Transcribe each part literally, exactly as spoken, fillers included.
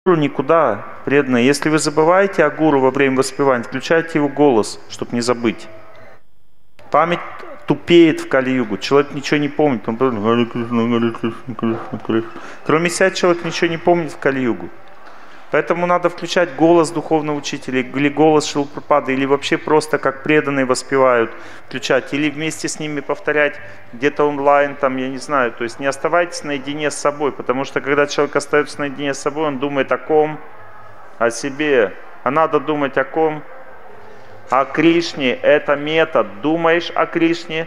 никуда, преданные. Если вы забываете о гуру во время воспевания, включайте его голос, чтобы не забыть. Память тупеет в Кали-югу. Человек ничего не помнит. Он просто Харе Кришна, Харе Кришна, Кришна, Кришна. Кроме себя человек ничего не помнит в Кали-югу. Поэтому надо включать голос духовного учителя, или голос Шрилы Прабхупады, или вообще просто как преданные воспевают, включать, или вместе с ними повторять где-то онлайн, там, я не знаю. То есть не оставайтесь наедине с собой, потому что когда человек остается наедине с собой, он думает о ком? О себе. А надо думать о ком? О Кришне. Это метод. Думаешь о Кришне,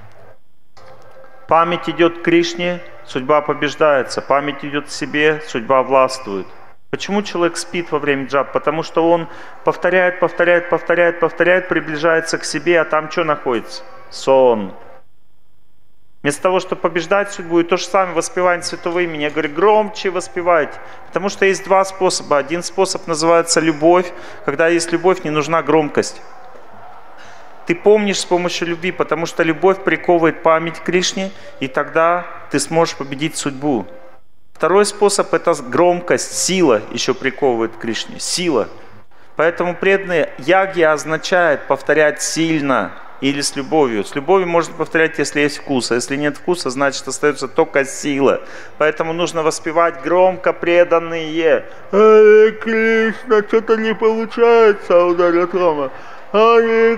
память идет к Кришне, судьба побеждается. Память идет к себе, судьба властвует. Почему человек спит во время джап? Потому что он повторяет, повторяет, повторяет, повторяет, приближается к себе, а там что находится? Сон. Вместо того, чтобы побеждать судьбу, и то же самое воспевание святого имени. Я говорю, громче воспевайте. Потому что есть два способа. Один способ называется любовь. Когда есть любовь, не нужна громкость. Ты помнишь с помощью любви, потому что любовь приковывает память к Кришне, и тогда ты сможешь победить судьбу. Второй способ — это громкость, сила еще приковывает к Кришне. Сила. Поэтому преданные, ягья означает повторять сильно или с любовью. С любовью можно повторять, если есть вкус. А если нет вкуса, значит остается только сила. Поэтому нужно воспевать громко, преданные. Харе Кришна, что-то не получается, ударит Рома. Харе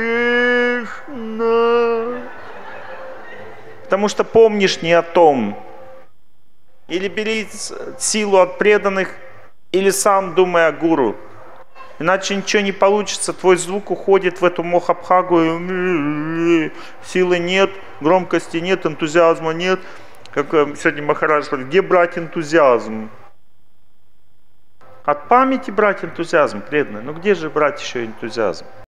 Кришна. Потому что помнишь не о том. Или бери силу от преданных, или сам думай о гуру. Иначе ничего не получится, твой звук уходит в эту мохабхагу, и силы нет, громкости нет, энтузиазма нет. Как сегодня Махарадж говорит, где брать энтузиазм? От памяти брать энтузиазм, преданные. Ну где же брать еще энтузиазм?